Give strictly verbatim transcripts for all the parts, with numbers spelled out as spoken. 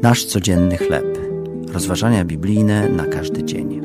Nasz codzienny chleb. Rozważania biblijne na każdy dzień.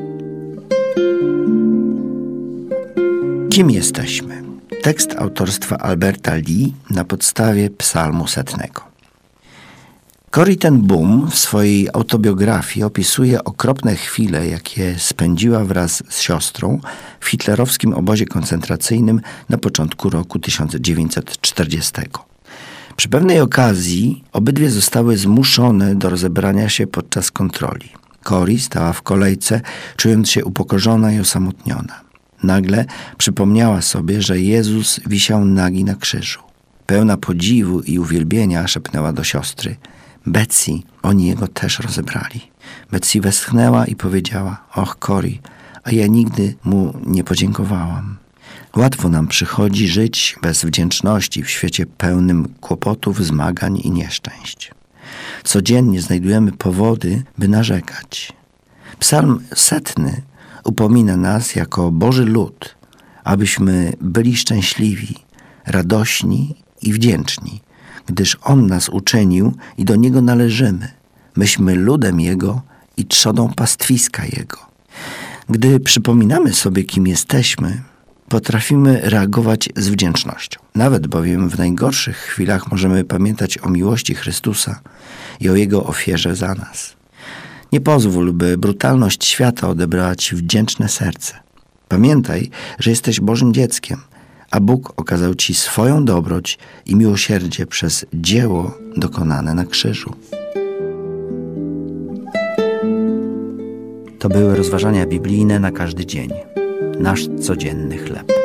Kim jesteśmy? Tekst autorstwa Alberta Lee na podstawie psalmu setnego. Corrie ten Boom w swojej autobiografii opisuje okropne chwile, jakie spędziła wraz z siostrą w hitlerowskim obozie koncentracyjnym na początku roku tysiąc dziewięćset czterdziestego. Przy pewnej okazji obydwie zostały zmuszone do rozebrania się podczas kontroli. Corrie stała w kolejce, czując się upokorzona i osamotniona. Nagle przypomniała sobie, że Jezus wisiał nagi na krzyżu. Pełna podziwu i uwielbienia szepnęła do siostry: Betsy, oni Jego też rozebrali. Betsy westchnęła i powiedziała: Och, Corrie, a ja nigdy Mu nie podziękowałam. Łatwo nam przychodzi żyć bez wdzięczności w świecie pełnym kłopotów, zmagań i nieszczęść. Codziennie znajdujemy powody, by narzekać. Psalm setny upomina nas jako Boży lud, abyśmy byli szczęśliwi, radośni i wdzięczni, gdyż On nas uczynił i do Niego należymy. Myśmy ludem Jego i trzodą pastwiska Jego. Gdy przypominamy sobie, kim jesteśmy, potrafimy reagować z wdzięcznością. Nawet bowiem w najgorszych chwilach możemy pamiętać o miłości Chrystusa i o Jego ofierze za nas. Nie pozwól, by brutalność świata odebrała Ci wdzięczne serce. Pamiętaj, że jesteś Bożym dzieckiem, a Bóg okazał Ci swoją dobroć i miłosierdzie przez dzieło dokonane na krzyżu. To były rozważania biblijne na każdy dzień. Nasz codzienny chleb.